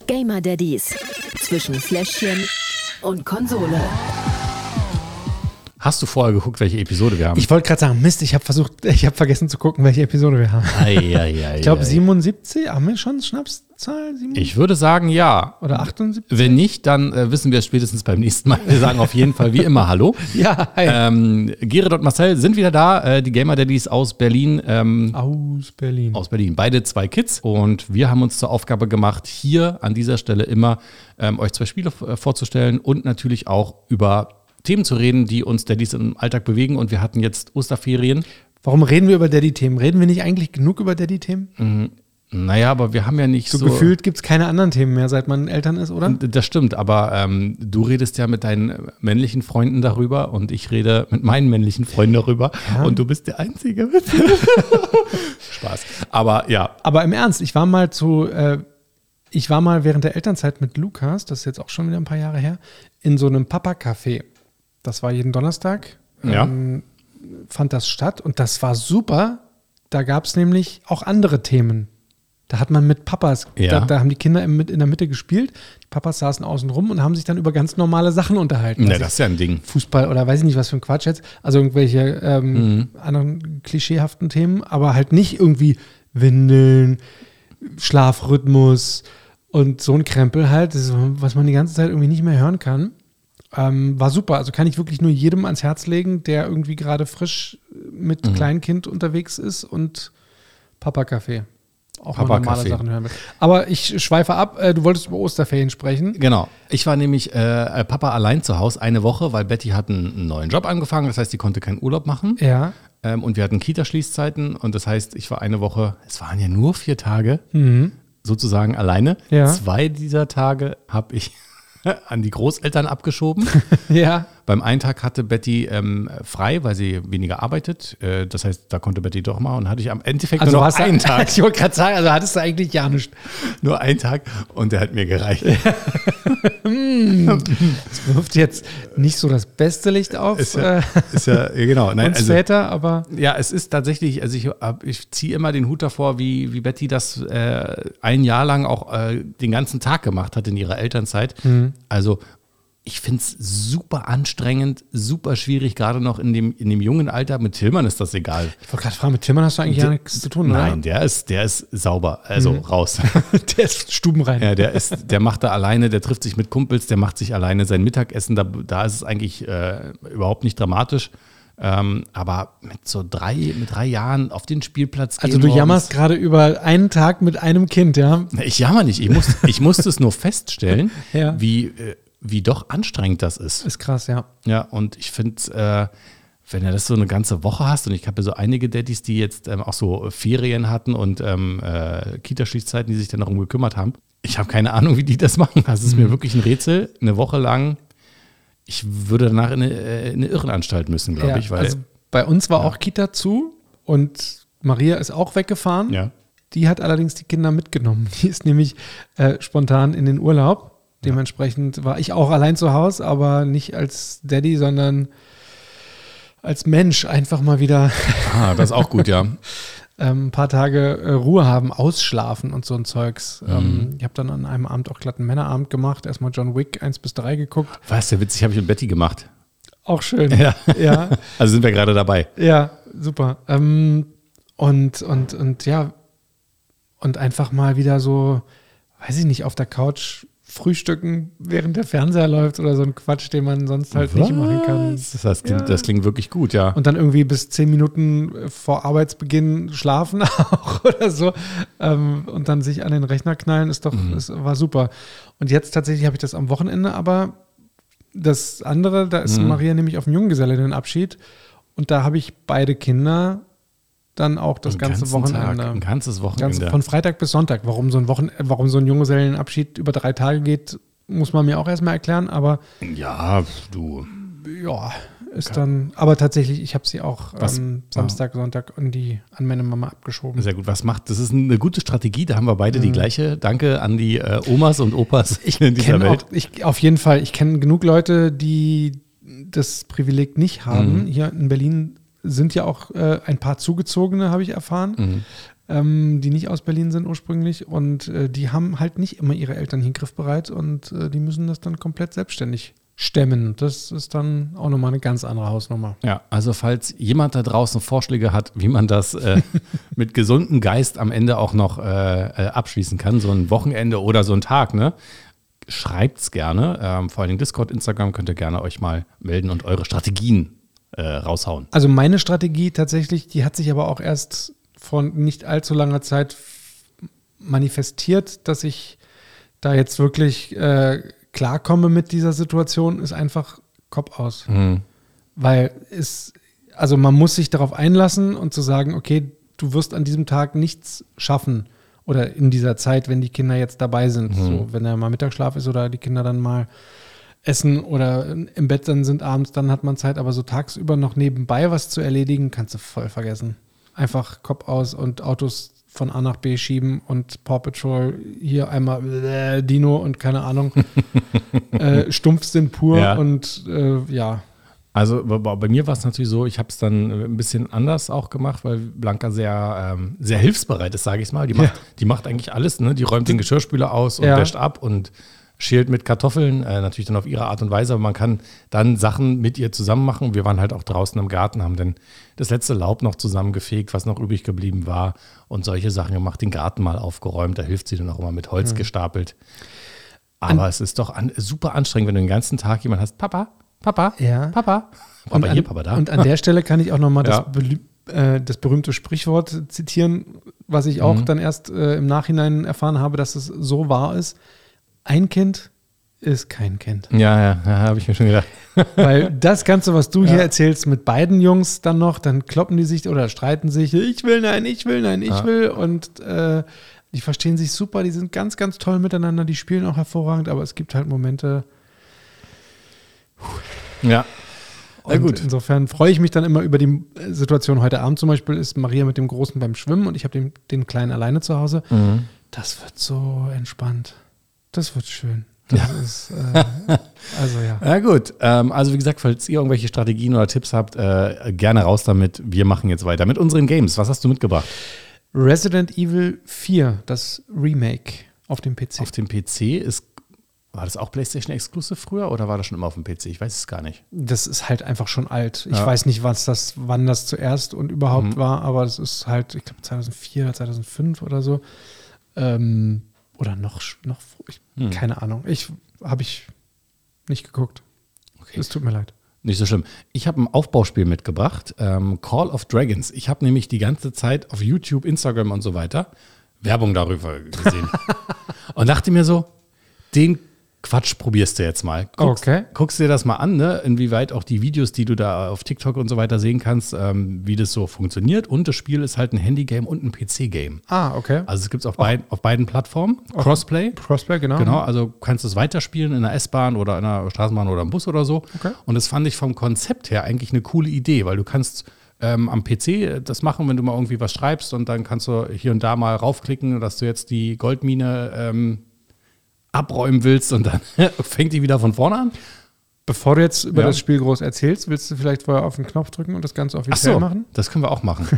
Gamer Daddies. Zwischen Fläschchen und Konsole. Hast du vorher geguckt, welche Episode wir haben? Ich wollte gerade sagen, Mist, ich habe vergessen zu gucken, welche Episode wir haben. Ich glaube 77, haben wir schon Schnapszahl? Ich würde sagen, ja. Oder 78? Wenn nicht, dann wissen wir es spätestens beim nächsten Mal. Wir sagen auf jeden Fall wie immer Hallo. Ja, hi. Gerrit und Marcel sind wieder da, die Gamer Daddies aus Berlin. Aus Berlin. Beide 2 Kids. Und wir haben uns zur Aufgabe gemacht, hier an dieser Stelle immer euch 2 Spiele vorzustellen und natürlich auch über Themen zu reden, die uns Daddies im Alltag bewegen. Und wir hatten jetzt Osterferien. Warum reden wir über Daddy-Themen? Reden wir nicht eigentlich genug über Daddy-Themen? Naja, aber wir haben ja nicht so... gefühlt gibt es keine anderen Themen mehr, seit man Eltern ist, oder? Das stimmt, aber du redest ja mit deinen männlichen Freunden darüber und ich rede mit meinen männlichen Freunden darüber und du bist der Einzige. Spaß. Aber ja. Aber im Ernst, ich war mal während der Elternzeit mit Lukas, das ist jetzt auch schon wieder ein paar Jahre her, in so einem Papa-Café. Das war jeden Donnerstag. Fand das statt und das war super. Da gab es nämlich auch andere Themen. Da hat man mit Papas, da haben die Kinder in der Mitte gespielt. Die Papas saßen außen rum und haben sich dann über ganz normale Sachen unterhalten. Ja, das ist ja ein Ding. Fußball oder weiß ich nicht, was für ein Quatsch jetzt. Also irgendwelche anderen klischeehaften Themen, aber halt nicht irgendwie Windeln, Schlafrhythmus und so ein Krempel halt, das ist, was man die ganze Zeit irgendwie nicht mehr hören kann. War super. Also kann ich wirklich nur jedem ans Herz legen, der irgendwie gerade frisch mit Kleinkind unterwegs ist und Papa-Café. Auch mal normale Sachen hören will. Aber ich schweife ab. Du wolltest über Osterferien sprechen. Genau. Ich war nämlich Papa allein zu Hause eine Woche, weil Betty hat einen neuen Job angefangen. Das heißt, die konnte keinen Urlaub machen. Ja. Und wir hatten Kita-Schließzeiten. Und das heißt, ich war eine Woche, es waren ja nur 4 Tage, sozusagen alleine. Ja. 2 dieser Tage habe ich an die Großeltern abgeschoben. Ja. Beim einen Tag hatte Betty frei, weil sie weniger arbeitet. Das heißt, da konnte Betty doch mal und hatte ich am Endeffekt nur noch einen Tag. Ich wollte gerade sagen, also hattest du eigentlich ja nichts. Nur einen Tag und der hat mir gereicht. Das wirft jetzt nicht so das beste Licht auf. Ist ja genau. Nein, uns Väter, aber... Ja, es ist tatsächlich, also ich ziehe immer den Hut davor, wie Betty das ein Jahr lang auch den ganzen Tag gemacht hat in ihrer Elternzeit. Also ich finde es super anstrengend, super schwierig, gerade noch in dem jungen Alter. Mit Tillmann ist das egal. Ich wollte gerade fragen, mit Tillmann hast du eigentlich ja nichts zu tun, oder? Nein, der ist sauber, also raus. Der ist stubenrein. Ja, der macht da alleine, der trifft sich mit Kumpels, der macht sich alleine sein Mittagessen. Da ist es eigentlich überhaupt nicht dramatisch. Aber mit 3 Jahren auf den Spielplatz gehen. Also du jammerst gerade über einen Tag mit einem Kind, ja? Ich jammer nicht. Ich musste es nur feststellen, ja. Wie doch anstrengend das ist. Ist krass, ja. Ja, und ich finde, wenn du das so eine ganze Woche hast, und ich habe ja so einige Daddys, die jetzt auch so Ferien hatten und Kita-Schließzeiten, die sich dann darum gekümmert haben. Ich habe keine Ahnung, wie die das machen. Das ist mir wirklich ein Rätsel. Eine Woche lang. Ich würde danach in eine Irrenanstalt müssen, glaube ich. Weil, also bei uns war auch Kita zu und Maria ist auch weggefahren. Ja. Die hat allerdings die Kinder mitgenommen. Die ist nämlich spontan in den Urlaub. Dementsprechend war ich auch allein zu Hause, aber nicht als Daddy, sondern als Mensch einfach mal wieder. Das ist auch gut, ja. Ein paar Tage Ruhe haben, ausschlafen und so ein Zeugs. Ich habe dann an einem Abend auch glatt einen Männerabend gemacht. Erstmal John Wick 1-3 geguckt. Was, der witzig, habe ich mit Betty gemacht. Auch schön. Ja. Also sind wir gerade dabei. Ja, super. Und einfach mal wieder so, weiß ich nicht, auf der Couch frühstücken, während der Fernseher läuft oder so ein Quatsch, den man sonst halt nicht machen kann. Das klingt wirklich gut, ja. Und dann irgendwie bis 10 Minuten vor Arbeitsbeginn schlafen auch oder so und dann sich an den Rechner knallen, war super. Und jetzt tatsächlich habe ich das am Wochenende, aber das andere, da ist Maria nämlich auf dem Junggesellinnenabschied und da habe ich beide Kinder dann auch das ganze Wochenende. Ein ganzes Wochenende. Von Freitag bis Sonntag. Warum so ein Junggesellenabschied über 3 Tage geht, muss man mir auch erstmal erklären, aber ja, du. Ja, ist dann, aber tatsächlich, ich habe sie auch Samstag, Sonntag an meine Mama abgeschoben. Sehr gut, das ist eine gute Strategie, da haben wir beide die gleiche. Danke an die Omas und Opas in dieser Welt. Auf jeden Fall, ich kenne genug Leute, die das Privileg nicht haben. Hier in Berlin sind ja auch ein paar Zugezogene, habe ich erfahren. die nicht aus Berlin sind ursprünglich. Und die haben halt nicht immer ihre Eltern hier griffbereit und die müssen das dann komplett selbstständig stemmen. Das ist dann auch nochmal eine ganz andere Hausnummer. Ja, also falls jemand da draußen Vorschläge hat, wie man das mit gesundem Geist am Ende auch noch abschließen kann, so ein Wochenende oder so ein Tag, ne? Schreibt's gerne. Vor allem Discord, Instagram könnt ihr gerne euch mal melden und eure Strategien raushauen. Also meine Strategie tatsächlich, die hat sich aber auch erst vor nicht allzu langer Zeit manifestiert, dass ich da jetzt wirklich klarkomme mit dieser Situation, ist einfach Kopf aus. Weil also man muss sich darauf einlassen und zu sagen, okay, du wirst an diesem Tag nichts schaffen oder in dieser Zeit, wenn die Kinder jetzt dabei sind. So, wenn da mal Mittagsschlaf ist oder die Kinder dann mal essen oder im Bett dann sind abends, dann hat man Zeit, aber so tagsüber noch nebenbei was zu erledigen, kannst du voll vergessen. Einfach Kopf aus und Autos von A nach B schieben und Paw Patrol hier einmal Dino und keine Ahnung, Stumpfsinn pur Ja. und ja. Also bei mir war es natürlich so, ich habe es dann ein bisschen anders auch gemacht, weil Blanca sehr, sehr hilfsbereit ist, sage ich mal. Die macht eigentlich alles, ne? Die räumt den Geschirrspüler aus und wäscht ab und schält mit Kartoffeln, natürlich dann auf ihre Art und Weise, aber man kann dann Sachen mit ihr zusammen machen. Wir waren halt auch draußen im Garten, haben dann das letzte Laub noch zusammengefegt, was noch übrig geblieben war und solche Sachen gemacht, den Garten mal aufgeräumt, da hilft sie dann auch immer mit Holz gestapelt. Aber es ist doch super anstrengend, wenn du den ganzen Tag jemanden hast, Papa, Ja. Papa. Und Aber hier, Papa, da. Und an der Stelle kann ich auch nochmal Ja. das berühmte Sprichwort zitieren, was ich auch dann erst im Nachhinein erfahren habe, dass es so wahr ist. Ein Kind ist kein Kind. Ja, habe ich mir schon gedacht. Weil das Ganze, was du hier erzählst mit beiden Jungs dann noch, dann kloppen die sich oder streiten sich, ich will, ich will. Und die verstehen sich super, die sind ganz, ganz toll miteinander, die spielen auch hervorragend, aber es gibt halt Momente. Ja. Und gut. Insofern freue ich mich dann immer über die Situation. Heute Abend zum Beispiel ist Maria mit dem Großen beim Schwimmen und ich habe den Kleinen alleine zu Hause. Das wird so entspannt. Das wird schön. Das ist, also ja. Ja gut, also wie gesagt, falls ihr irgendwelche Strategien oder Tipps habt, gerne raus damit. Wir machen jetzt weiter mit unseren Games. Was hast du mitgebracht? Resident Evil 4, das Remake auf dem PC. Auf dem PC war das auch PlayStation Exclusive früher oder war das schon immer auf dem PC? Ich weiß es gar nicht. Das ist halt einfach schon alt. Ich weiß nicht, wann das zuerst und überhaupt war, aber es ist halt, ich glaube 2004, 2005 oder so. Oder noch keine Ahnung. Habe ich nicht geguckt. Okay. Es tut mir leid. Nicht so schlimm. Ich habe ein Aufbauspiel mitgebracht, Call of Dragons. Ich habe nämlich die ganze Zeit auf YouTube, Instagram und so weiter Werbung darüber gesehen. Und dachte mir so, den Quatsch probierst du jetzt mal. Guckst dir das mal an, ne? Inwieweit auch die Videos, die du da auf TikTok und so weiter sehen kannst, wie das so funktioniert. Und das Spiel ist halt ein Handy-Game und ein PC-Game. Okay. Also es gibt es auf beiden Plattformen. Crossplay. Crossplay, genau. Genau, also kannst du es weiterspielen in einer S-Bahn oder in einer Straßenbahn oder im Bus oder so. Okay. Und das fand ich vom Konzept her eigentlich eine coole Idee, weil du kannst am PC das machen, wenn du mal irgendwie was schreibst und dann kannst du hier und da mal raufklicken, dass du jetzt die Goldmine abräumen willst und dann fängt die wieder von vorne an. Bevor du jetzt über das Spiel groß erzählst, willst du vielleicht vorher auf den Knopf drücken und das Ganze offiziell machen? Das können wir auch machen.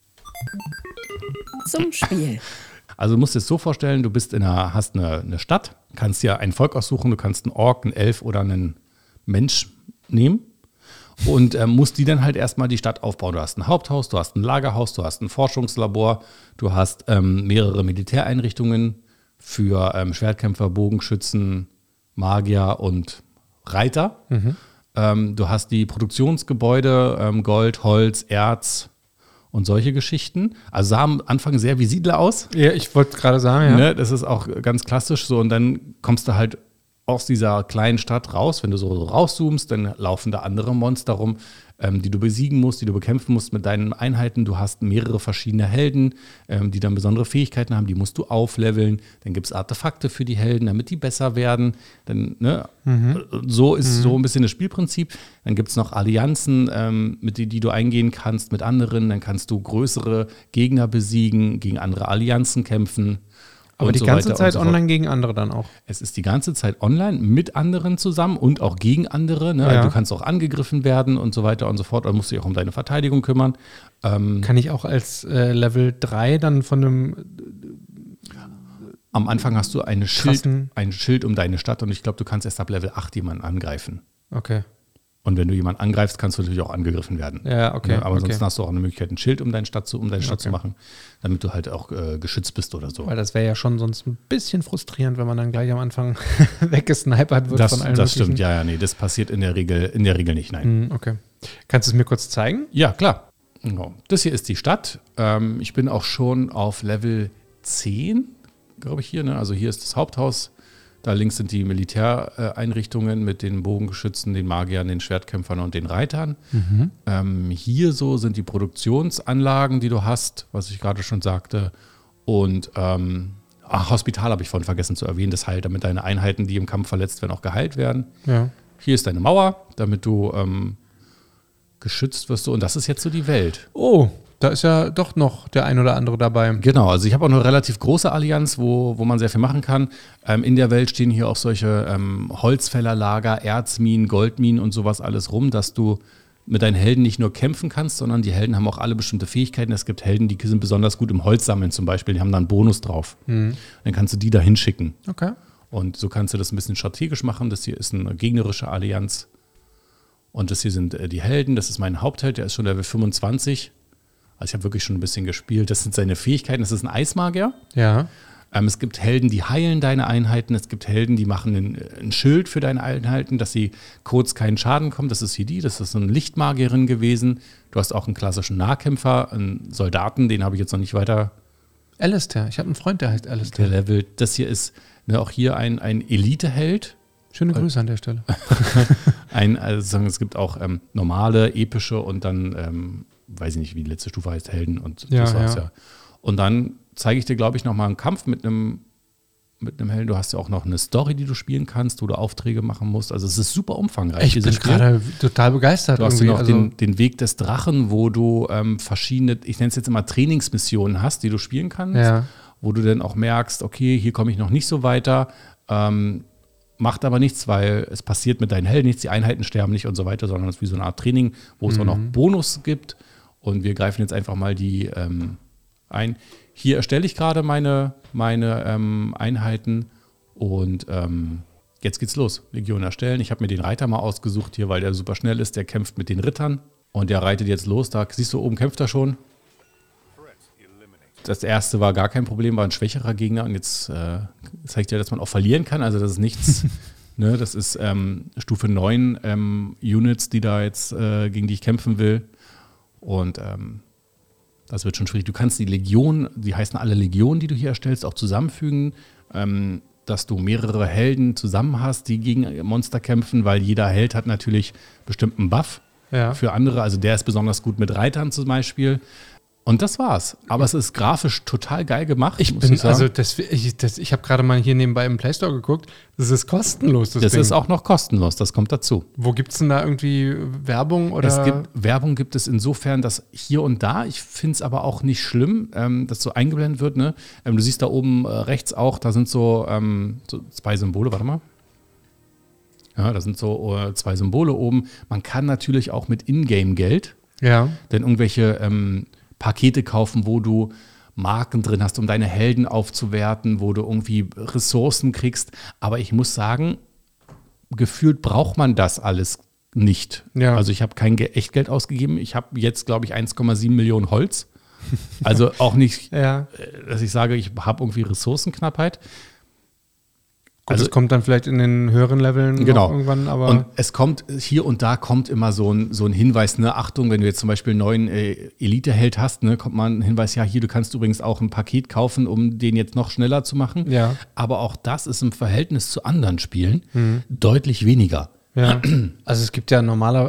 Zum Spiel. Also du musst dir es so vorstellen, du hast eine Stadt, kannst dir ein Volk aussuchen, du kannst einen Ork, einen Elf oder einen Mensch nehmen und musst die dann halt erstmal die Stadt aufbauen. Du hast ein Haupthaus, du hast ein Lagerhaus, du hast ein Forschungslabor, du hast mehrere Militäreinrichtungen für Schwertkämpfer, Bogenschützen, Magier und Reiter. Du hast die Produktionsgebäude, Gold, Holz, Erz und solche Geschichten. Also sah am Anfang sehr wie Siedler aus. Ja, ich wollte gerade sagen, ja. Ne, das ist auch ganz klassisch so. Und dann kommst du halt aus dieser kleinen Stadt raus. Wenn du so rauszoomst, dann laufen da andere Monster rum, die du besiegen musst, die du bekämpfen musst mit deinen Einheiten. Du hast mehrere verschiedene Helden, die dann besondere Fähigkeiten haben. Die musst du aufleveln. Dann gibt es Artefakte für die Helden, damit die besser werden. Dann, ne? So ist so ein bisschen das Spielprinzip. Dann gibt es noch Allianzen, mit die du eingehen kannst mit anderen. Dann kannst du größere Gegner besiegen, gegen andere Allianzen kämpfen. Aber und die so ganze weiter und Zeit so fort. online gegen andere dann auch. Es ist die ganze Zeit online mit anderen zusammen und auch gegen andere. Ne? Ja. Also du kannst auch angegriffen werden und so weiter und so fort. Da musst du dich auch um deine Verteidigung kümmern. Kann ich auch als Level 3 dann von einem Am Anfang hast du ein krassen... Schild um deine Stadt und ich glaube, du kannst erst ab Level 8 jemanden angreifen. Okay. Und wenn du jemanden angreifst, kannst du natürlich auch angegriffen werden. Ja, okay. Ja, aber okay. ansonsten hast du auch eine Möglichkeit, ein Schild um deine Stadt zu machen, damit du halt auch geschützt bist oder so. Weil das wäre ja schon sonst ein bisschen frustrierend, wenn man dann gleich am Anfang weggesnipert wird von allen Das stimmt, möglichen. nee, das passiert in der Regel nicht, nein. Okay. Kannst du es mir kurz zeigen? Ja, klar. Genau. Das hier ist die Stadt. Ich bin auch schon auf Level 10, glaube ich hier. Ne? Also hier ist das Haupthaus. Da links sind die Militäreinrichtungen mit den Bogengeschützen, den Magiern, den Schwertkämpfern und den Reitern. Hier so sind die Produktionsanlagen, die du hast, was ich gerade schon sagte. Und Hospital habe ich vorhin vergessen zu erwähnen. Das heilt, damit deine Einheiten, die im Kampf verletzt werden, auch geheilt werden. Ja. Hier ist deine Mauer, damit du geschützt wirst. Und das ist jetzt so die Welt. Oh, da ist ja doch noch der ein oder andere dabei. Genau, also ich habe auch eine relativ große Allianz, wo man sehr viel machen kann. In der Welt stehen hier auch solche Holzfällerlager, Erzminen, Goldminen und sowas alles rum, dass du mit deinen Helden nicht nur kämpfen kannst, sondern die Helden haben auch alle bestimmte Fähigkeiten. Es gibt Helden, die sind besonders gut im Holzsammeln zum Beispiel, die haben da einen Bonus drauf. Dann kannst du die da hinschicken. Okay. Und so kannst du das ein bisschen strategisch machen. Das hier ist eine gegnerische Allianz. Und das hier sind die Helden. Das ist mein Hauptheld, der ist schon Level 25. Also ich habe wirklich schon ein bisschen gespielt. Das sind seine Fähigkeiten. Das ist ein Eismagier. Ja. Es gibt Helden, die heilen deine Einheiten. Es gibt Helden, die machen ein Schild für deine Einheiten, dass sie kurz keinen Schaden kommen. Das ist hier die. Das ist so eine Lichtmagierin gewesen. Du hast auch einen klassischen Nahkämpfer, einen Soldaten. Den habe ich jetzt noch nicht weiter Alistair. Ich habe einen Freund, der heißt Alistair. gelevelt. Das hier ist auch hier ein Elite-Held. Schöne Grüße an der Stelle. Also es gibt auch normale, epische und dann, weiß ich nicht, wie die letzte Stufe heißt, Helden und Ja, das war's ja. ja. Und dann zeige ich dir, glaube ich, nochmal einen Kampf mit einem Helden. Du hast ja auch noch eine Story, die du spielen kannst, wo du Aufträge machen musst. Also es ist super umfangreich. Ich bin gerade total begeistert. Du hast ja irgendwie. noch den Weg des Drachen, wo du verschiedene, ich nenne es jetzt immer Trainingsmissionen hast, die du spielen kannst, Ja. wo du dann auch merkst, okay, hier komme ich noch nicht so weiter, macht aber nichts, weil es passiert mit deinen Helden nichts, die Einheiten sterben nicht und so weiter, sondern es ist wie so eine Art Training, wo es auch noch Bonus gibt. Und wir greifen jetzt einfach mal die ein. Hier erstelle ich gerade meine Einheiten und jetzt geht's los. Legion erstellen. Ich habe mir den Reiter mal ausgesucht hier, weil der super schnell ist. Der kämpft mit den Rittern und der reitet jetzt los. Da siehst du, oben kämpft er schon. Das erste war gar kein Problem, war ein schwächerer Gegner und jetzt zeigt ja, dass man auch verlieren kann. Also das ist nichts, ne, das ist Stufe 9 Units, die da jetzt gegen die ich kämpfen will. Und das wird schon schwierig. Du kannst die Legion, die heißen alle Legionen, die du hier erstellst, auch zusammenfügen, dass du mehrere Helden zusammen hast, die gegen Monster kämpfen, weil jeder Held hat natürlich bestimmten Buff für andere. Also der ist besonders gut mit Reitern zum Beispiel. Und das war's. Aber es ist grafisch total geil gemacht. Ich habe gerade mal hier nebenbei im Play Store geguckt. Das ist kostenlos. Das Ding ist auch noch kostenlos. Das kommt dazu. Wo gibt es denn da irgendwie Werbung? Oder? Werbung gibt es insofern, dass hier und da, ich finde es aber auch nicht schlimm, dass so eingeblendet wird. Ne? Du siehst da oben rechts auch, da sind so 2 Symbole. Warte mal. Ja, da sind so 2 Symbole oben. Man kann natürlich auch mit Ingame-Geld, denn irgendwelche Pakete kaufen, wo du Marken drin hast, um deine Helden aufzuwerten, wo du irgendwie Ressourcen kriegst. Aber ich muss sagen, gefühlt braucht man das alles nicht. Ja. Also ich habe kein Echtgeld ausgegeben. Ich habe jetzt, glaube ich, 1,7 Millionen Holz. Also auch nicht, dass ich sage, ich habe irgendwie Ressourcenknappheit. Gut, das kommt dann vielleicht in den höheren Leveln noch irgendwann, aber. Und es kommt, hier und da kommt immer so ein Hinweis, ne, Achtung, wenn du jetzt zum Beispiel einen neuen Elite-Held hast, ne, kommt mal ein Hinweis, ja, hier, du kannst übrigens auch ein Paket kaufen, um den jetzt noch schneller zu machen. Ja. Aber auch das ist im Verhältnis zu anderen Spielen deutlich weniger. Ja. Also es gibt ja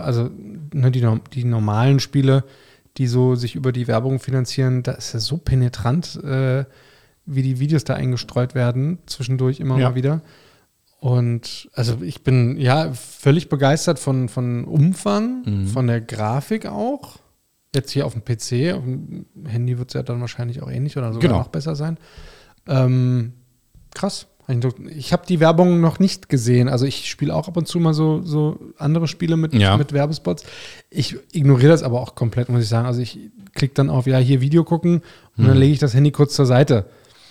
die normalen Spiele, die so sich über die Werbung finanzieren, da ist ja so penetrant, wie die Videos da eingestreut werden, zwischendurch immer mal wieder. Und also ich bin völlig begeistert von Umfang, von der Grafik auch. Jetzt hier auf dem PC, auf dem Handy wird es ja dann wahrscheinlich auch ähnlich oder sogar noch besser sein. Krass. Ich habe die Werbung noch nicht gesehen. Also ich spiele auch ab und zu mal so andere Spiele mit Werbespots. Ich ignoriere das aber auch komplett, muss ich sagen. Also ich klicke dann auf, hier Video gucken und dann lege ich das Handy kurz zur Seite,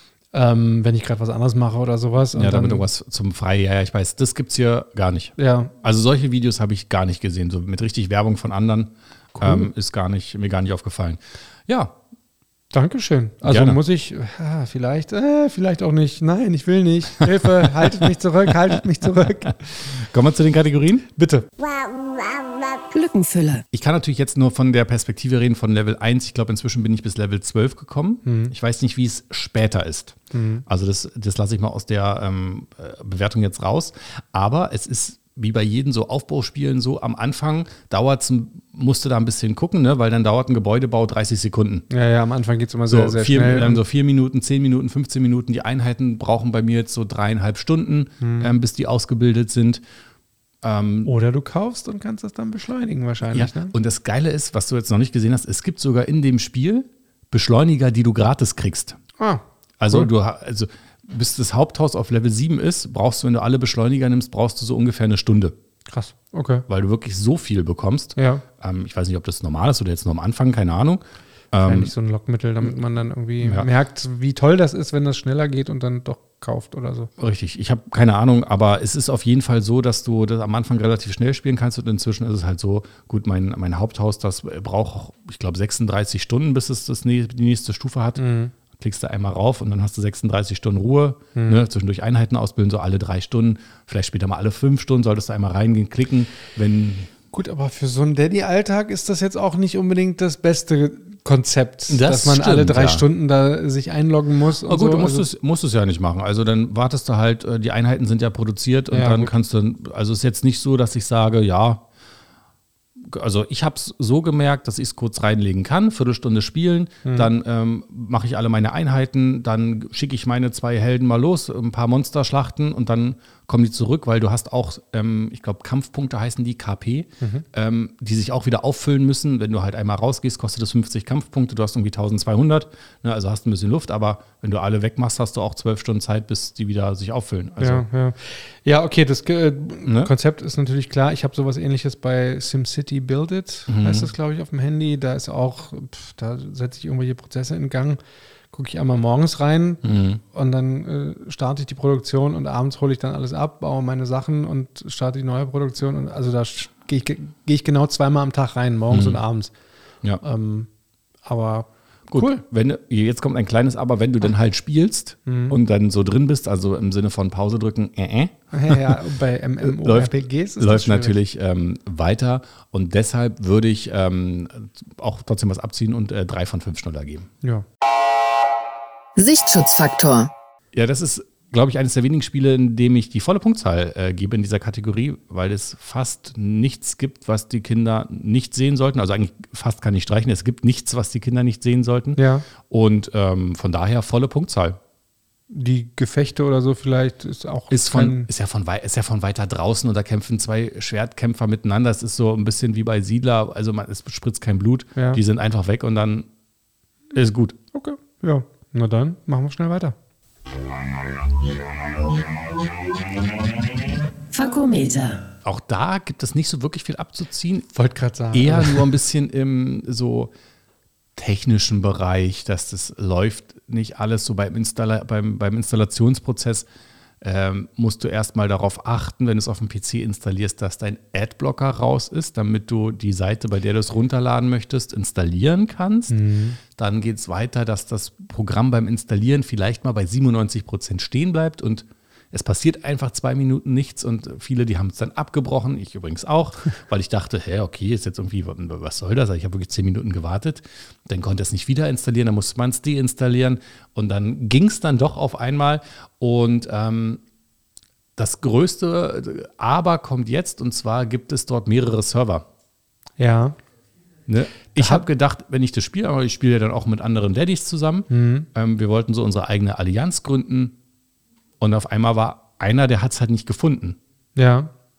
wenn ich gerade was anderes mache oder sowas. Und damit irgendwas zum Frei. Ja, ich weiß, das gibt's hier gar nicht. Ja. Also solche Videos habe ich gar nicht gesehen. So mit richtig Werbung von anderen ist mir gar nicht aufgefallen. Ja. Dankeschön. Also Gerne. muss ich, vielleicht auch nicht. Nein, ich will nicht. Hilfe, haltet mich zurück. Kommen wir zu den Kategorien? Bitte. Lückenfüller. Ich kann natürlich jetzt nur von der Perspektive reden von Level 1. Ich glaube, inzwischen bin ich bis Level 12 gekommen. Ich weiß nicht, wie es später ist. Also das lasse ich mal aus der Bewertung jetzt raus. Aber es ist wie bei jedem so Aufbauspielen so, am Anfang musst du da ein bisschen gucken, ne? Weil dann dauert ein Gebäudebau 30 Sekunden. Ja, am Anfang geht es immer sehr schnell. So 4 Minuten, 10 Minuten, 15 Minuten. Die Einheiten brauchen bei mir jetzt so 3,5 Stunden, bis die ausgebildet sind. Oder du kaufst und kannst das dann beschleunigen wahrscheinlich. Ja. Ne? Und das Geile ist, was du jetzt noch nicht gesehen hast, es gibt sogar in dem Spiel Beschleuniger, die du gratis kriegst. Also cool. bis das Haupthaus auf Level 7 ist, brauchst du, wenn du alle Beschleuniger nimmst, brauchst du so ungefähr eine Stunde. Krass, okay. Weil du wirklich so viel bekommst. Ja. Ich weiß nicht, ob das normal ist oder jetzt nur am Anfang, keine Ahnung. Wahrscheinlich so ein Lockmittel, damit man dann irgendwie merkt, wie toll das ist, wenn das schneller geht und dann doch kauft oder so. Richtig, ich habe keine Ahnung, aber es ist auf jeden Fall so, dass du das am Anfang relativ schnell spielen kannst und inzwischen ist es halt so, gut, mein Haupthaus, das braucht, ich glaube, 36 Stunden, bis es die nächste Stufe hat. Klickst du einmal rauf und dann hast du 36 Stunden Ruhe, ne, zwischendurch Einheiten ausbilden, so alle 3 Stunden, vielleicht später mal alle 5 Stunden, solltest du einmal reingehen, klicken, wenn... Gut, aber für so einen Daddy-Alltag ist das jetzt auch nicht unbedingt das beste Konzept, dass man alle 3 Stunden da sich einloggen muss. Und gut, so. du musst es ja nicht machen. Also dann wartest du halt, die Einheiten sind ja produziert und dann kannst du, also ist jetzt nicht so, dass ich sage, also ich habe es so gemerkt, dass ich es kurz reinlegen kann, Viertelstunde spielen, dann mache ich alle meine Einheiten, dann schicke ich meine 2 Helden mal los, ein paar Monster schlachten und dann kommen die zurück, weil du hast auch, ich glaube, Kampfpunkte heißen die, KP, die sich auch wieder auffüllen müssen. Wenn du halt einmal rausgehst, kostet das 50 Kampfpunkte, du hast irgendwie 1200, ne, also hast ein bisschen Luft, aber wenn du alle wegmachst, hast du auch 12 Stunden Zeit, bis die wieder sich auffüllen. Also, ja, okay, das Konzept ist natürlich klar. Ich habe sowas Ähnliches bei SimCity Build It, heißt das, glaube ich, auf dem Handy. Da ist auch, da setze ich irgendwelche Prozesse in Gang. Gucke ich einmal morgens rein und dann starte ich die Produktion und abends hole ich dann alles ab, baue meine Sachen und starte die neue Produktion. Und also da gehe ich genau 2-mal am Tag rein, morgens und abends. Ja. Aber gut, cool. Jetzt kommt ein kleines Aber, wenn du dann halt spielst und dann so drin bist, also im Sinne von Pause drücken, Ja, bei MMORPGs ist läuft natürlich weiter und deshalb würde ich auch trotzdem was abziehen und 3 von 5 Schnuller geben. Ja. Sichtschutzfaktor. Ja, das ist, glaube ich, eines der wenigen Spiele, in dem ich die volle Punktzahl gebe in dieser Kategorie, weil es fast nichts gibt, was die Kinder nicht sehen sollten. Also eigentlich fast kann ich streichen. Es gibt nichts, was die Kinder nicht sehen sollten. Ja. Und von daher volle Punktzahl. Die Gefechte oder so vielleicht ist auch ist ja von weiter draußen und da kämpfen 2 Schwertkämpfer miteinander. Es ist so ein bisschen wie bei Siedler, also es spritzt kein Blut. Ja. Die sind einfach weg und dann ist gut. Okay, ja. Na dann, machen wir schnell weiter. Fakometer. Auch da gibt es nicht so wirklich viel abzuziehen. Wollte gerade sagen. Eher nur ein bisschen im so technischen Bereich, dass das läuft nicht alles so beim Installationsprozess. Musst du erstmal darauf achten, wenn du es auf dem PC installierst, dass dein Adblocker raus ist, damit du die Seite, bei der du es runterladen möchtest, installieren kannst. Dann geht es weiter, dass das Programm beim Installieren vielleicht mal bei 97% stehen bleibt und es passiert einfach 2 Minuten nichts und viele, die haben es dann abgebrochen, ich übrigens auch, weil ich dachte, okay, ist jetzt irgendwie, was soll das? Ich habe wirklich 10 Minuten gewartet, dann konnte es nicht wieder installieren, dann musste man es deinstallieren und dann ging es dann doch auf einmal und das größte Aber kommt jetzt und zwar gibt es dort mehrere Server. Ja. Ne? Ich habe gedacht, wenn ich das spiele, aber ich spiele ja dann auch mit anderen Daddys zusammen, wir wollten so unsere eigene Allianz gründen. Und auf einmal war einer, der hat es halt nicht gefunden. Ja.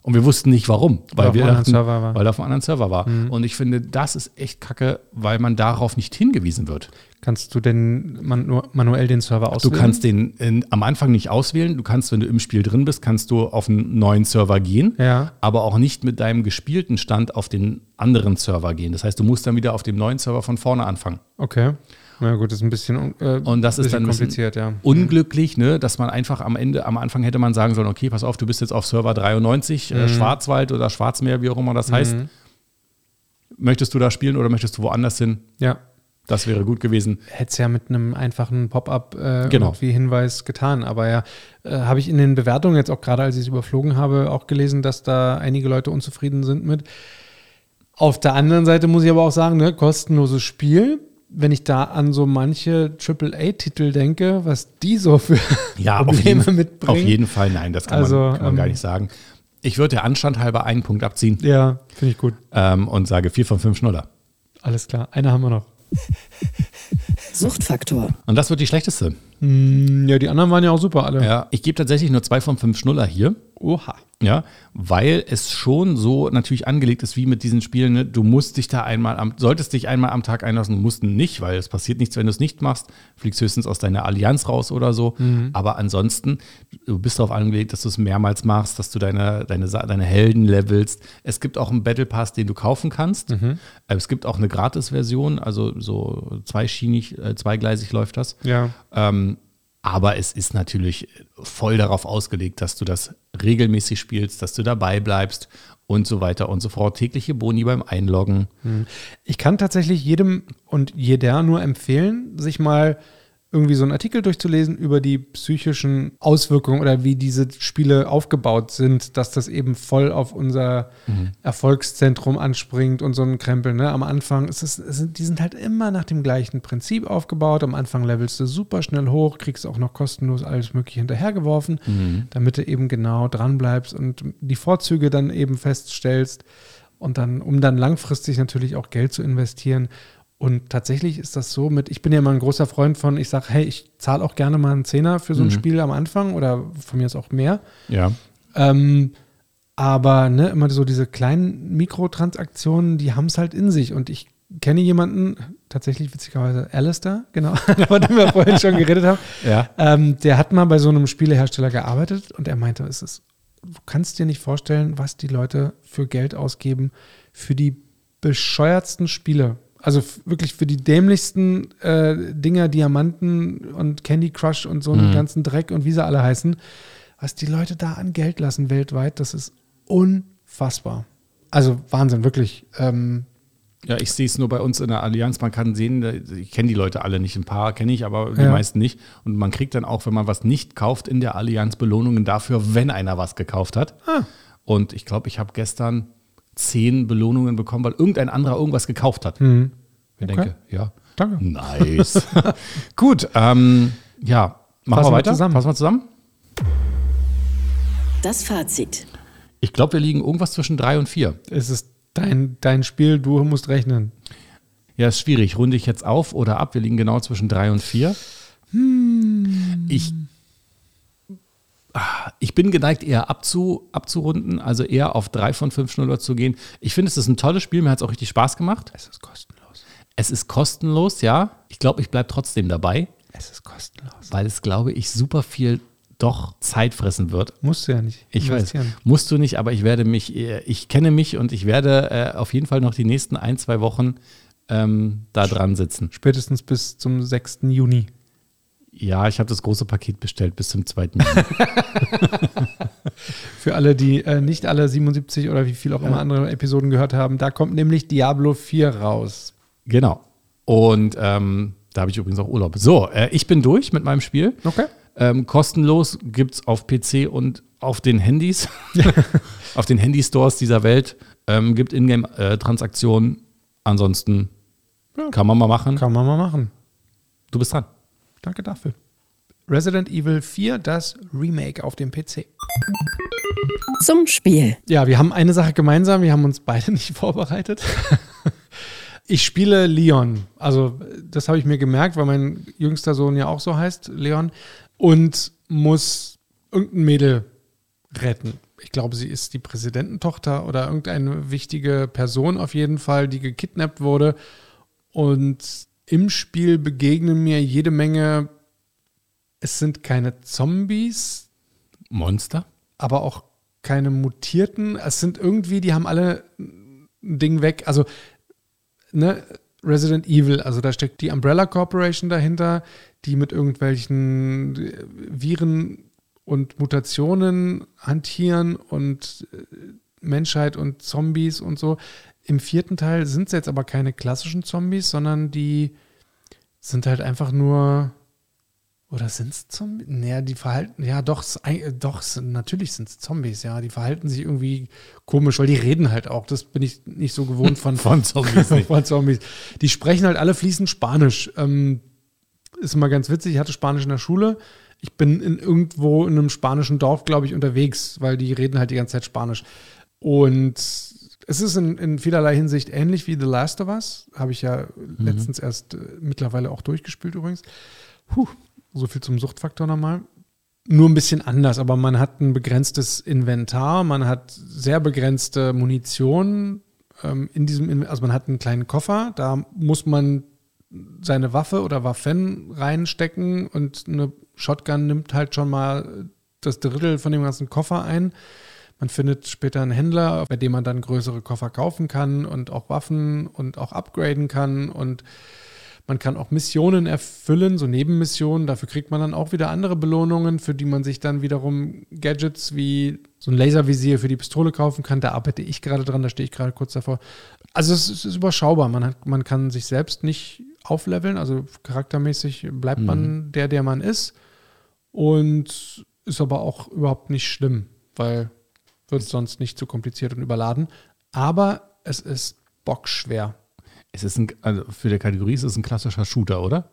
Und wir wussten nicht, warum. Weil wir dachten, Server war. weil er auf einem anderen Server war. Und ich finde, das ist echt kacke, weil man darauf nicht hingewiesen wird. Kannst du denn manuell den Server auswählen? Du kannst den am Anfang nicht auswählen. Du kannst, wenn du im Spiel drin bist, kannst du auf einen neuen Server gehen, aber auch nicht mit deinem gespielten Stand auf den anderen Server gehen. Das heißt, du musst dann wieder auf dem neuen Server von vorne anfangen. Okay. Na gut, das ist ein bisschen und das ist dann kompliziert, ja. Unglücklich, ne, dass man einfach am Anfang hätte man sagen sollen, okay, pass auf, du bist jetzt auf Server 93, Schwarzwald oder Schwarzmeer, wie auch immer das heißt. Möchtest du da spielen oder möchtest du woanders hin? Ja. Das wäre gut gewesen. Hätte es ja mit einem einfachen Pop-up irgendwie Hinweis getan. Aber ja, habe ich in den Bewertungen jetzt auch gerade, als ich es überflogen habe, auch gelesen, dass da einige Leute unzufrieden sind mit. Auf der anderen Seite muss ich aber auch sagen, ne, kostenloses Spiel. Wenn ich da an so manche AAA-Titel denke, was die so für Probleme mitbringen. Auf jeden Fall, nein, das kann man gar nicht sagen. Ich würde der Anstand halber einen Punkt abziehen. Ja, finde ich gut. Und sage 4 von 5 Schnuller. Alles klar, eine haben wir noch. Suchtfaktor. Und das wird die schlechteste. Ja, die anderen waren ja auch super alle. Ja, ich gebe tatsächlich nur 2 von 5 Schnuller hier. Oha. Ja, weil es schon so natürlich angelegt ist wie mit diesen Spielen. Ne? Du musst dich da solltest dich einmal am Tag einlassen, du musst nicht, weil es passiert nichts, wenn du es nicht machst. Fliegst höchstens aus deiner Allianz raus oder so. Aber ansonsten, du bist darauf angelegt, dass du es mehrmals machst, dass du deine Helden levelst. Es gibt auch einen Battle Pass, den du kaufen kannst. Es gibt auch eine Gratis-Version, also so zweigleisig läuft das. Ja. Aber es ist natürlich voll darauf ausgelegt, dass du das regelmäßig spielst, dass du dabei bleibst und so weiter und so fort. Tägliche Boni beim Einloggen. Ich kann tatsächlich jedem und jeder nur empfehlen, sich mal irgendwie so einen Artikel durchzulesen über die psychischen Auswirkungen oder wie diese Spiele aufgebaut sind, dass das eben voll auf unser Erfolgszentrum anspringt und so ein Krempel. Ne? Am Anfang, die sind halt immer nach dem gleichen Prinzip aufgebaut. Am Anfang levelst du super schnell hoch, kriegst auch noch kostenlos alles Mögliche hinterhergeworfen, damit du eben genau dran bleibst und die Vorzüge dann eben feststellst und dann, um dann langfristig natürlich auch Geld zu investieren. Und tatsächlich ist das so ich bin ja immer ein großer Freund von, ich sage, hey, ich zahle auch gerne mal einen Zehner für so ein Spiel am Anfang oder von mir aus auch mehr. Ja. Aber ne, immer so diese kleinen Mikrotransaktionen, die haben es halt in sich. Und ich kenne jemanden, tatsächlich witzigerweise Alistair, genau, von dem wir vorhin schon geredet haben. Ja. Der hat mal bei so einem Spielehersteller gearbeitet und er meinte, du kannst dir nicht vorstellen, was die Leute für Geld ausgeben für die bescheuertsten Spiele. Also wirklich für die dämlichsten Dinger, Diamanten und Candy Crush und so einen ganzen Dreck und wie sie alle heißen, was die Leute da an Geld lassen weltweit, das ist unfassbar. Also Wahnsinn, wirklich. Ja, ich sehe es nur bei uns in der Allianz. Man kann sehen, ich kenne die Leute alle nicht. Ein paar kenne ich, aber die meisten nicht. Und man kriegt dann auch, wenn man was nicht kauft, in der Allianz Belohnungen dafür, wenn einer was gekauft hat. Und ich glaube, ich habe gestern 10 Belohnungen bekommen, weil irgendein anderer irgendwas gekauft hat. Ich denke, ja. Danke. Nice. Gut, machen wir weiter. Fassen wir zusammen. Das Fazit. Ich glaube, wir liegen irgendwas zwischen 3 und 4. Es ist dein Spiel, du musst rechnen. Ja, ist schwierig. Runde ich jetzt auf oder ab? Wir liegen genau zwischen 3 und 4. Ich bin geneigt, eher abzurunden, also eher auf 3 von 5 Schnuller zu gehen. Ich finde, es ist ein tolles Spiel, mir hat es auch richtig Spaß gemacht. Es ist kostenlos. Es ist kostenlos, ja. Ich glaube, ich bleibe trotzdem dabei. Es ist kostenlos. Weil es, glaube ich, super viel doch Zeit fressen wird. Musst du ja nicht. Ich weiß, musst du nicht, aber ich kenne mich und ich werde auf jeden Fall noch die nächsten 1-2 Wochen da dran sitzen. Spätestens bis zum 6. Juni. Ja, ich habe das große Paket bestellt bis zum 2. Juni. Für alle, die nicht alle 77 oder wie viel auch immer andere Episoden gehört haben, da kommt nämlich Diablo 4 raus. Genau. Und da habe ich übrigens auch Urlaub. So, ich bin durch mit meinem Spiel. Okay. Kostenlos gibt es auf PC und auf den Handys, auf den Handy-Stores dieser Welt. Gibt Ingame-Transaktionen. Ansonsten kann man mal machen. Kann man mal machen. Du bist dran. Danke dafür. Resident Evil 4, das Remake auf dem PC. Zum Spiel. Ja, wir haben eine Sache gemeinsam. Wir haben uns beide nicht vorbereitet. Ich spiele Leon. Also das habe ich mir gemerkt, weil mein jüngster Sohn ja auch so heißt, Leon. Und muss irgendein Mädel retten. ich glaube, sie ist die Präsidententochter oder irgendeine wichtige Person auf jeden Fall, die gekidnappt wurde. Und im Spiel begegnen mir jede Menge, es sind keine Zombies. Monster? Aber auch keine mutierten. Es sind irgendwie, die haben alle ein Ding weg. Also, ne, Resident Evil, also da steckt die Umbrella Corporation dahinter, die mit irgendwelchen Viren und Mutationen hantieren und Menschheit und Zombies und so. Im 4. Teil sind es jetzt aber keine klassischen Zombies, sondern die sind halt einfach nur, oder sind es Zombies? Naja, die verhalten, ja doch, natürlich sind es Zombies, ja. Die verhalten sich irgendwie komisch, weil die reden halt auch. Das bin ich nicht so gewohnt von Zombies. Nicht. Von Zombies. Die sprechen halt alle fließend Spanisch. Ist immer ganz witzig, ich hatte Spanisch in der Schule. Ich bin irgendwo in einem spanischen Dorf, glaube ich, unterwegs, weil die reden halt die ganze Zeit Spanisch. Und es ist in vielerlei Hinsicht ähnlich wie The Last of Us. Habe ich ja letztens erst mittlerweile auch durchgespielt übrigens. So viel zum Suchtfaktor nochmal. Nur ein bisschen anders, aber man hat ein begrenztes Inventar, man hat sehr begrenzte Munition. Also man hat einen kleinen Koffer, da muss man seine Waffe oder Waffen reinstecken und eine Shotgun nimmt halt schon mal das Drittel von dem ganzen Koffer ein. Man findet später einen Händler, bei dem man dann größere Koffer kaufen kann und auch Waffen und auch upgraden kann und man kann auch Missionen erfüllen, so Nebenmissionen. Dafür kriegt man dann auch wieder andere Belohnungen, für die man sich dann wiederum Gadgets wie so ein Laservisier für die Pistole kaufen kann. Da arbeite ich gerade dran, da stehe ich gerade kurz davor. Also es ist überschaubar. Man kann sich selbst nicht aufleveln, also charaktermäßig bleibt man der man ist. Und ist aber auch überhaupt nicht schlimm, weil wird sonst nicht zu kompliziert und überladen. Aber es ist bockschwer. Es ist also für die Kategorie ist es ein klassischer Shooter, oder?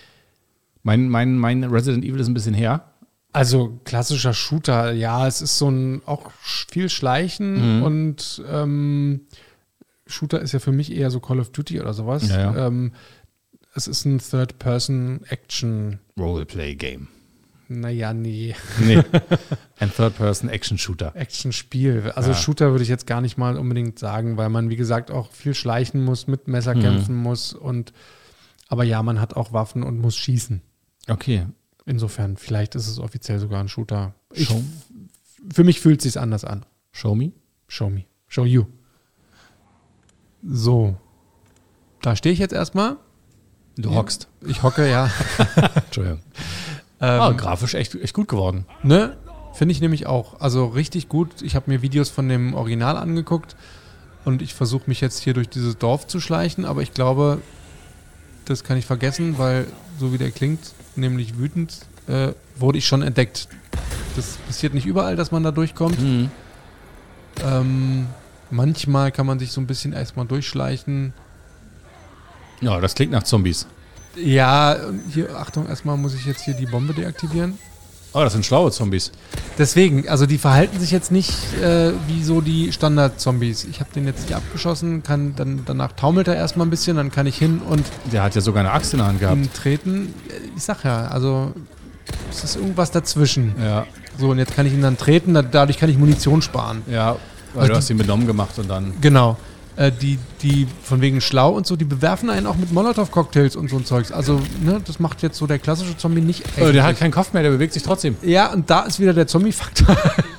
Mein Resident Evil ist ein bisschen her. Also klassischer Shooter, ja, es ist so auch viel Schleichen und Shooter ist ja für mich eher so Call of Duty oder sowas. Ja. Es ist ein Third-Person-Action. Roleplay-Game. Naja, nee. Ein Third-Person-Action-Shooter. Action-Spiel. Also Shooter würde ich jetzt gar nicht mal unbedingt sagen, weil man, wie gesagt, auch viel schleichen muss, mit Messer kämpfen muss. Aber ja, man hat auch Waffen und muss schießen. Okay. Insofern, vielleicht ist es offiziell sogar ein Shooter. Für mich fühlt es sich anders an. Show me. Show me. Show you. So. Da stehe ich jetzt erstmal. Du hockst. Ich hocke, ja. Entschuldigung. Grafisch echt gut geworden. Ne? Finde ich nämlich auch. Also richtig gut. Ich habe mir Videos von dem Original angeguckt und ich versuche mich jetzt hier durch dieses Dorf zu schleichen, aber ich glaube, das kann ich vergessen, weil so wie der klingt, nämlich wütend, wurde ich schon entdeckt. Das passiert nicht überall, dass man da durchkommt. Manchmal kann man sich so ein bisschen erstmal durchschleichen. Ja, das klingt nach Zombies. Ja, hier, Achtung, erstmal muss ich jetzt hier die Bombe deaktivieren. Oh, das sind schlaue Zombies. Deswegen, also die verhalten sich jetzt nicht wie so die Standard-Zombies. Ich habe den jetzt hier abgeschossen, danach taumelt er erstmal ein bisschen, dann kann ich hin und der hat ja sogar eine Axt in der Hand gehabt. Ihn treten. Ich sag ja, also es ist irgendwas dazwischen. Ja. So, und jetzt kann ich ihn dann treten, dadurch kann ich Munition sparen. Ja, weil du hast ihn benommen gemacht und dann... Genau. Die von wegen schlau und so, die bewerfen einen auch mit Molotow-Cocktails und so ein Zeugs. Also, ne, das macht jetzt so der klassische Zombie nicht echt. Der hat keinen Kopf mehr, der bewegt sich trotzdem. Ja, und da ist wieder der Zombie-Faktor.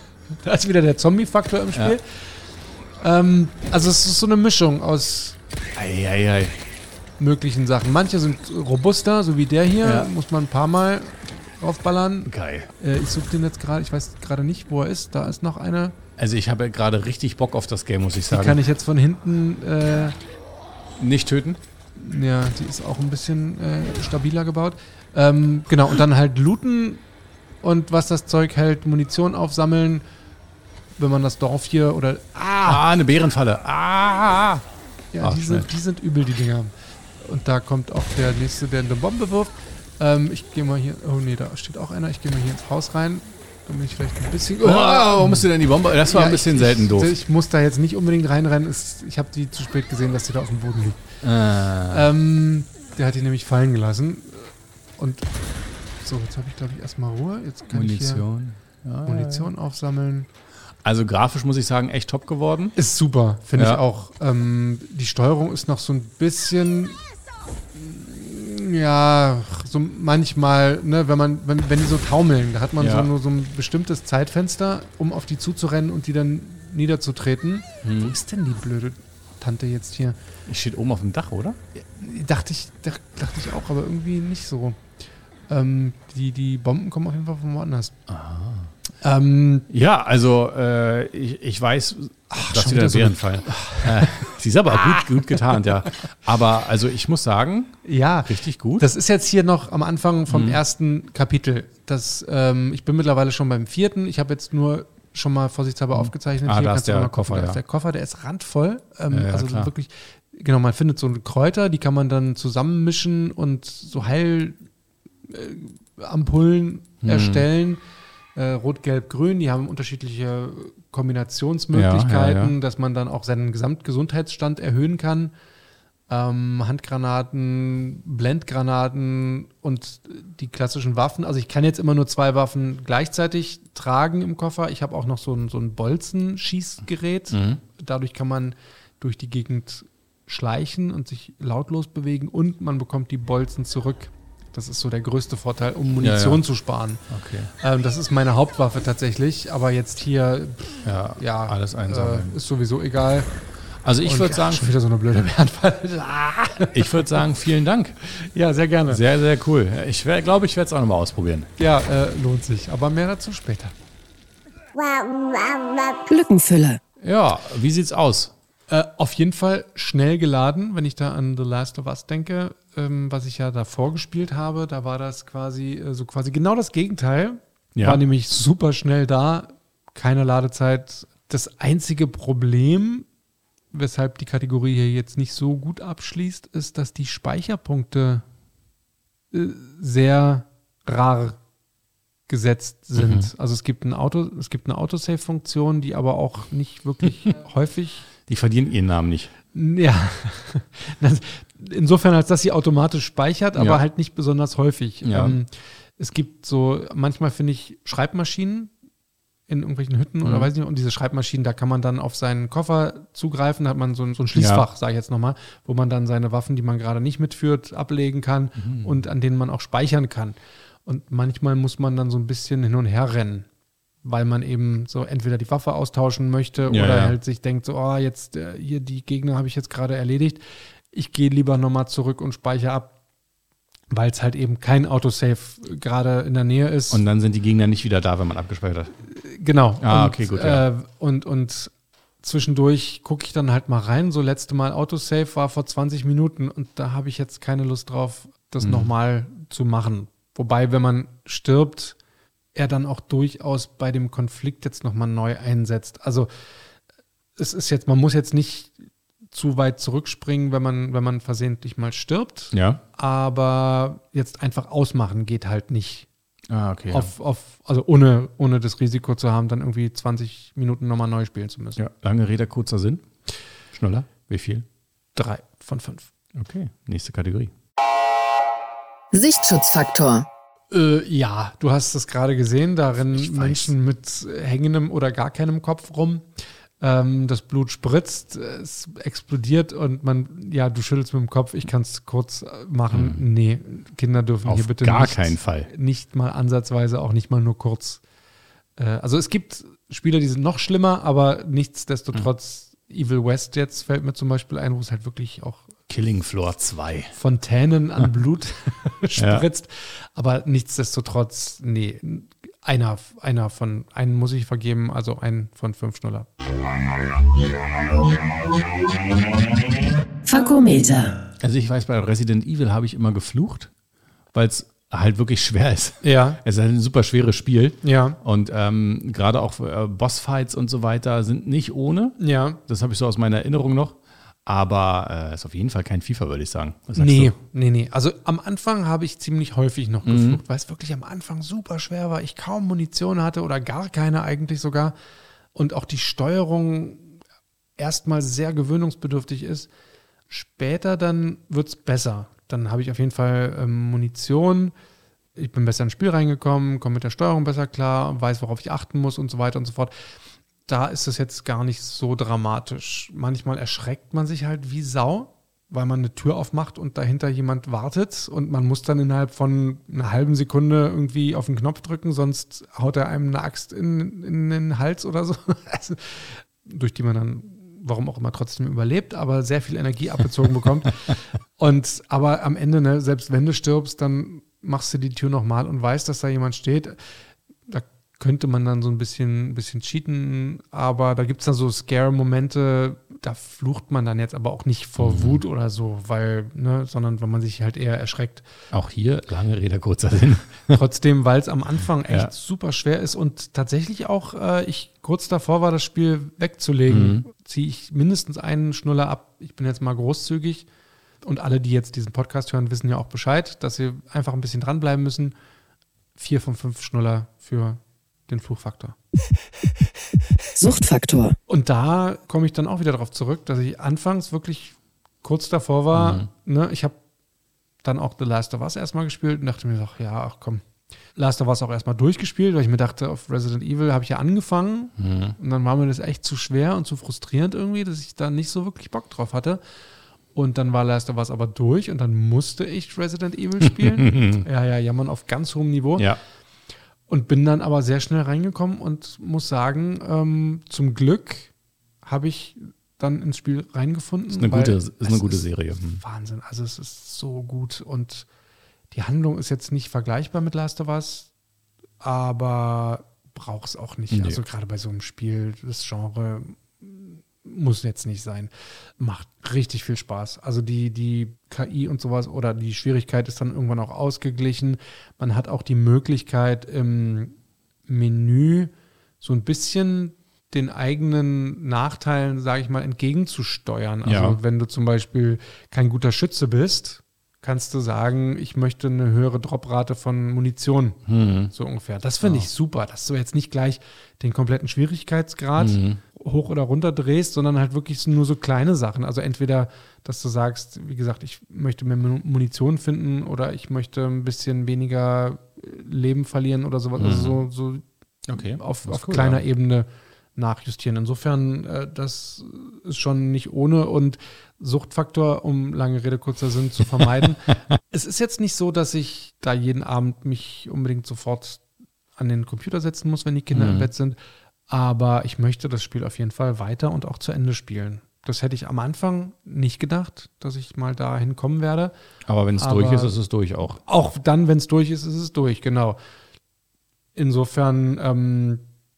Im Spiel. Ja. Also, es ist so eine Mischung aus möglichen Sachen. Manche sind robuster, so wie der hier. Muss man ein paar Mal draufballern. Geil. Ich suche den jetzt gerade, ich weiß gerade nicht, wo er ist. Da ist noch einer. Also ich habe gerade richtig Bock auf das Game, muss ich sagen. Die kann ich jetzt von hinten nicht töten? Ja, die ist auch ein bisschen stabiler gebaut. Genau, und dann halt looten und was das Zeug hält, Munition aufsammeln, wenn man das Dorf hier oder... eine Bärenfalle. Ja, die sind übel, die Dinger. Und da kommt auch der Nächste, der eine Bombe wirft. Ich gehe mal hier... Oh nee, da steht auch einer. Ich gehe mal hier ins Haus rein. Da bin ich vielleicht ein bisschen... warum musst du denn die Bombe... Das war ein bisschen selten doof. Ich muss da jetzt nicht unbedingt reinrennen. Ich habe die zu spät gesehen, dass die da auf dem Boden liegt. Der hat die nämlich fallen gelassen. Und so, jetzt habe ich, glaube ich, erstmal Ruhe. Jetzt kann ich hier Munition aufsammeln. Also grafisch muss ich sagen, echt top geworden. Ist super, finde Ja. ich auch. Die Steuerung ist noch so ein bisschen, ja, so manchmal, ne, wenn die so taumeln, da hat man Ja. nur so ein bestimmtes Zeitfenster, um auf die zuzurennen und die dann niederzutreten. Wo ist denn die blöde Tante jetzt hier? Ich steht oben auf dem Dach, oder? Dachte ich auch, aber irgendwie nicht so. Die Bomben kommen auf jeden Fall von woanders. Ja, also ich weiß, dass schon sie wieder da so Bären fallen. Sie ist aber gut getarnt, ja. Aber also ich muss sagen, Ja, richtig gut. das ist jetzt hier noch am Anfang vom ersten Kapitel. Ich bin mittlerweile schon beim 4. Ich habe jetzt nur schon mal vorsichtshalber aufgezeichnet. Ah, Hier da kannst ist du der mal gucken. Koffer, Da ja. ist der Koffer, der ist randvoll. Also klar. wirklich, genau, man findet so Kräuter, die kann man dann zusammenmischen und so Heilampullen erstellen. Rot, Gelb, Grün, die haben unterschiedliche Kombinationsmöglichkeiten, Ja. dass man dann auch seinen Gesamtgesundheitsstand erhöhen kann. Handgranaten, Blendgranaten und die klassischen Waffen. Also ich kann jetzt immer nur 2 Waffen gleichzeitig tragen im Koffer. Ich habe auch noch so ein Bolzenschießgerät. Dadurch kann man durch die Gegend schleichen und sich lautlos bewegen und man bekommt die Bolzen zurück. Das ist so der größte Vorteil, um Munition zu sparen. Okay. Das ist meine Hauptwaffe tatsächlich, aber jetzt hier, Ja, alles einsammeln. ist sowieso egal. Also ich Und, würde sagen, schon wieder so eine blöde Bärenfalle. vielen Dank. Ja, sehr gerne. Sehr, sehr cool. Ich glaube, ich werde es auch nochmal ausprobieren. Ja, lohnt sich. Aber mehr dazu später. Lückenfüller. Ja, wie sieht's aus? Auf jeden Fall schnell geladen, wenn ich da an The Last of Us denke, was ich ja davor gespielt habe. Da war das quasi genau das Gegenteil. Ja. War nämlich super schnell da, keine Ladezeit. Das einzige Problem, weshalb die Kategorie hier jetzt nicht so gut abschließt, ist, dass die Speicherpunkte sehr rar gesetzt sind. Also es gibt eine Autosave-Funktion, die aber auch nicht wirklich häufig. Die verdienen ihren Namen nicht. Ja, insofern, als dass sie automatisch speichert, aber Ja. halt nicht besonders häufig. Ja. Es gibt manchmal finde ich Schreibmaschinen in irgendwelchen Hütten oder weiß nicht, und diese Schreibmaschinen, da kann man dann auf seinen Koffer zugreifen, da hat man so ein Schließfach, sage ich jetzt nochmal, wo man dann seine Waffen, die man gerade nicht mitführt, ablegen kann und an denen man auch speichern kann. Und manchmal muss man dann so ein bisschen hin und her rennen, weil man eben so entweder die Waffe austauschen möchte Ja, oder ja. halt sich denkt, so, jetzt hier die Gegner habe ich jetzt gerade erledigt. Ich gehe lieber nochmal zurück und speichere ab, weil es halt eben kein Autosave gerade in der Nähe ist. Und dann sind die Gegner nicht wieder da, wenn man abgespeichert hat. Genau. Ah, und, okay, gut, ja. Und zwischendurch gucke ich dann halt mal rein. So letzte Mal Autosave war vor 20 Minuten und da habe ich jetzt keine Lust drauf, das nochmal zu machen. Wobei, wenn man stirbt, er dann auch durchaus bei dem Konflikt jetzt nochmal neu einsetzt. Also es ist jetzt, man muss jetzt nicht zu weit zurückspringen, wenn man versehentlich mal stirbt. Ja. Aber jetzt einfach ausmachen geht halt nicht. Ah, okay. Also ohne das Risiko zu haben, dann irgendwie 20 Minuten nochmal neu spielen zu müssen. Ja. Lange Rede, kurzer Sinn. Schnuller, wie viel? 3 von 5. Okay, nächste Kategorie. Sichtschutzfaktor. Ja, du hast es gerade gesehen, da rennen Ich weiß. Menschen mit hängendem oder gar keinem Kopf rum. Das Blut spritzt, es explodiert und du schüttelst mit dem Kopf. Ich kann es kurz machen. Nee, Kinder dürfen Auf hier bitte gar nicht, keinen Fall. nicht mal ansatzweise, auch nicht mal nur kurz. Also es gibt Spiele, die sind noch schlimmer, aber nichtsdestotrotz Evil West jetzt fällt mir zum Beispiel ein, wo es halt wirklich auch Killing Floor 2. Fontänen an Blut spritzt. Aber nichtsdestotrotz, nee, einen muss ich vergeben, also einen von 5 Schnuller. Fakometer. Also ich weiß, bei Resident Evil habe ich immer geflucht, weil es halt wirklich schwer ist. Ja, Es ist halt ein super schweres Spiel. ja, Und gerade auch Bossfights und so weiter sind nicht ohne. ja. Das habe ich so aus meiner Erinnerung noch. Aber ist auf jeden Fall kein FIFA, würde ich sagen. Was sagst Nee, du? nee. Also am Anfang habe ich ziemlich häufig noch geflucht, weil es wirklich am Anfang super schwer war. Ich kaum Munition hatte oder gar keine eigentlich sogar. Und auch die Steuerung erstmal sehr gewöhnungsbedürftig ist. Später dann wird es besser. Dann habe ich auf jeden Fall Munition. Ich bin besser ins Spiel reingekommen, komme mit der Steuerung besser klar, weiß, worauf ich achten muss und so weiter und so fort. da ist es jetzt gar nicht so dramatisch. Manchmal erschreckt man sich halt wie Sau, weil man eine Tür aufmacht und dahinter jemand wartet und man muss dann innerhalb von einer halben Sekunde irgendwie auf den Knopf drücken, sonst haut er einem eine Axt in den Hals oder so, also, durch die man dann, warum auch immer, trotzdem überlebt, aber sehr viel Energie abgezogen bekommt. Aber am Ende, ne, selbst wenn du stirbst, dann machst du die Tür nochmal und weißt, dass da jemand steht. Da könnte man dann so ein bisschen cheaten, aber da gibt es dann so Scare-Momente, da flucht man dann jetzt aber auch nicht vor Wut oder so, sondern wenn man sich halt eher erschreckt. Auch hier, lange Rede, kurzer Sinn. Trotzdem, weil es am Anfang echt super schwer ist und tatsächlich auch ich kurz davor war, das Spiel wegzulegen, ziehe ich mindestens einen Schnuller ab. Ich bin jetzt mal großzügig und alle, die jetzt diesen Podcast hören, wissen ja auch Bescheid, dass sie einfach ein bisschen dranbleiben müssen. 4 von 5 Schnuller für den Fluchfaktor. Suchtfaktor. Und da komme ich dann auch wieder darauf zurück, dass ich anfangs wirklich kurz davor war. Ne, ich habe dann auch The Last of Us erstmal gespielt und dachte mir, ach komm, Last of Us auch erstmal durchgespielt, weil ich mir dachte, auf Resident Evil habe ich ja angefangen und dann war mir das echt zu schwer und zu frustrierend irgendwie, dass ich da nicht so wirklich Bock drauf hatte. Und dann war Last of Us aber durch und dann musste ich Resident Evil spielen. Jammern auf ganz hohem Niveau. Ja. Und bin dann aber sehr schnell reingekommen und muss sagen, zum Glück habe ich dann ins Spiel reingefunden. Ist eine gute Serie. Wahnsinn. Also es ist so gut und die Handlung ist jetzt nicht vergleichbar mit Last of Us, aber braucht es auch nicht. Nee. Also gerade bei so einem Spiel, das Genre muss jetzt nicht sein. Macht richtig viel Spaß. Also die KI und sowas oder die Schwierigkeit ist dann irgendwann auch ausgeglichen. Man hat auch die Möglichkeit im Menü so ein bisschen den eigenen Nachteilen, sage ich mal, entgegenzusteuern. Also wenn du zum Beispiel kein guter Schütze bist, kannst du sagen, ich möchte eine höhere Droprate von Munition, so ungefähr. Das finde ich super, dass du jetzt nicht gleich den kompletten Schwierigkeitsgrad hoch oder runter drehst, sondern halt wirklich nur so kleine Sachen. Also entweder, dass du sagst, wie gesagt, ich möchte mehr Munition finden oder ich möchte ein bisschen weniger Leben verlieren oder sowas. Also so auf cool, kleiner Ebene nachjustieren. Insofern, das ist schon nicht ohne und Suchtfaktor, um lange Rede, kurzer Sinn zu vermeiden. Es ist jetzt nicht so, dass ich da jeden Abend mich unbedingt sofort an den Computer setzen muss, wenn die Kinder im Bett sind. Aber ich möchte das Spiel auf jeden Fall weiter und auch zu Ende spielen. Das hätte ich am Anfang nicht gedacht, dass ich mal dahin kommen werde. Aber wenn es durch ist, ist es durch auch. Auch dann, wenn es durch ist, ist es durch, genau. Insofern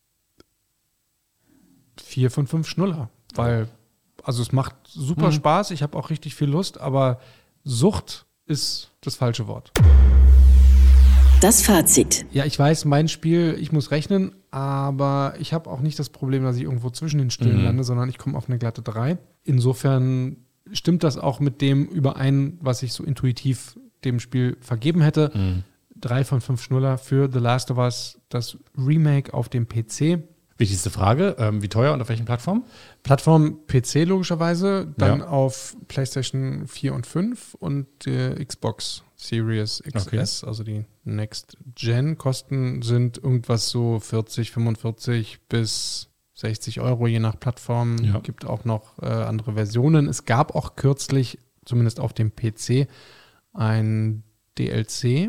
4 von 5 Schnuller, weil also es macht super Spaß, ich habe auch richtig viel Lust, aber Sucht ist das falsche Wort. Das Fazit. Ja, ich weiß, mein Spiel, ich muss rechnen, aber ich habe auch nicht das Problem, dass ich irgendwo zwischen den Stühlen lande, sondern ich komme auf eine glatte 3. Insofern stimmt das auch mit dem überein, was ich so intuitiv dem Spiel vergeben hätte. 3 von 5 Schnuller für The Last of Us, das Remake auf dem PC. Wichtigste Frage, wie teuer und auf welchen Plattformen? Plattform PC logischerweise, dann auf PlayStation 4 und 5 und Xbox Series XS, also die Next-Gen. Kosten sind irgendwas so 40, 45 bis 60 Euro, je nach Plattform. Ja. Gibt auch noch andere Versionen. Es gab auch kürzlich, zumindest auf dem PC, ein DLC.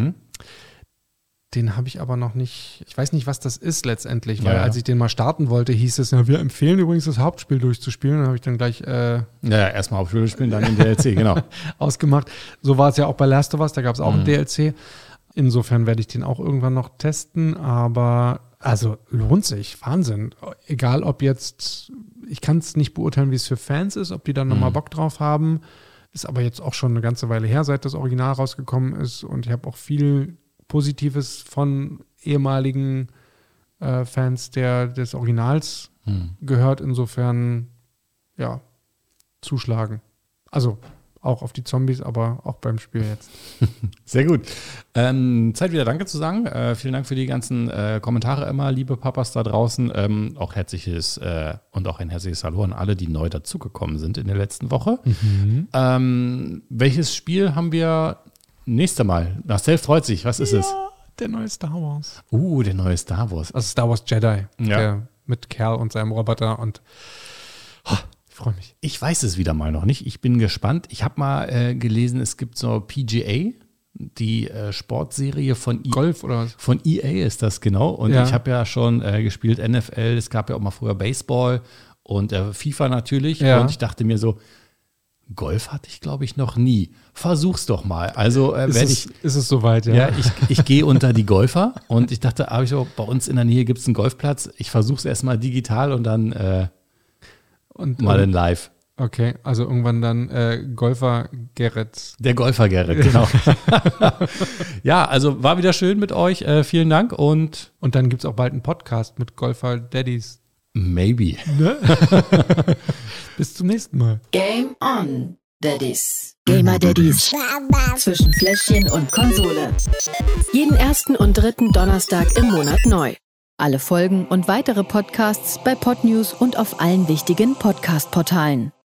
Den habe ich aber noch nicht, ich weiß nicht, was das ist letztendlich, weil als ich den mal starten wollte, hieß es, wir empfehlen übrigens das Hauptspiel durchzuspielen. Dann habe ich dann gleich erstmal Hauptspiel durchspielen, dann den DLC, genau. Ausgemacht. So war es ja auch bei Last of Us, da gab es auch einen DLC. Insofern werde ich den auch irgendwann noch testen, aber also lohnt sich, Wahnsinn. Egal ob jetzt, ich kann es nicht beurteilen, wie es für Fans ist, ob die dann nochmal Bock drauf haben. Ist aber jetzt auch schon eine ganze Weile her, seit das Original rausgekommen ist und ich habe auch viel Positives von ehemaligen Fans des Originals gehört. Insofern, zuschlagen. Also auch auf die Zombies, aber auch beim Spiel jetzt. Sehr gut. Zeit wieder Danke zu sagen. Vielen Dank für die ganzen Kommentare immer, liebe Papas da draußen. Auch herzliches und auch ein herzliches Hallo an alle, die neu dazugekommen sind in der letzten Woche. Welches Spiel haben wir nächstes Mal? Marcel freut sich. Was ist es? Der neue Star Wars. Der neue Star Wars. Also Star Wars Jedi. Ja. Der mit Kerl und seinem Roboter und ich freue mich. Ich weiß es wieder mal noch nicht. Ich bin gespannt. Ich habe mal gelesen, es gibt so PGA, die Sportserie von Golf oder was? Von EA ist das, genau. Und ich habe ja schon gespielt NFL, es gab ja auch mal früher Baseball und FIFA natürlich. Ja. Und ich dachte mir so, Golf hatte ich, glaube ich, noch nie. Versuch's doch mal. Also ist es soweit, ja? Ja, ich gehe unter die Golfer und ich dachte, bei uns in der Nähe gibt es einen Golfplatz. Ich versuche es erstmal digital und dann mal in live. Okay, also irgendwann dann Golfer Gerrit. Der Golfer Gerrit, genau. Ja, also war wieder schön mit euch. Vielen Dank und dann gibt es auch bald einen Podcast mit Golfer Daddies. Maybe. Ne? Bis zum nächsten Mal. Game on, Daddies. Gamer Daddies. Zwischen Fläschchen und Konsole. Jeden 1. und 3. Donnerstag im Monat neu. Alle Folgen und weitere Podcasts bei Podnews und auf allen wichtigen Podcast-Portalen.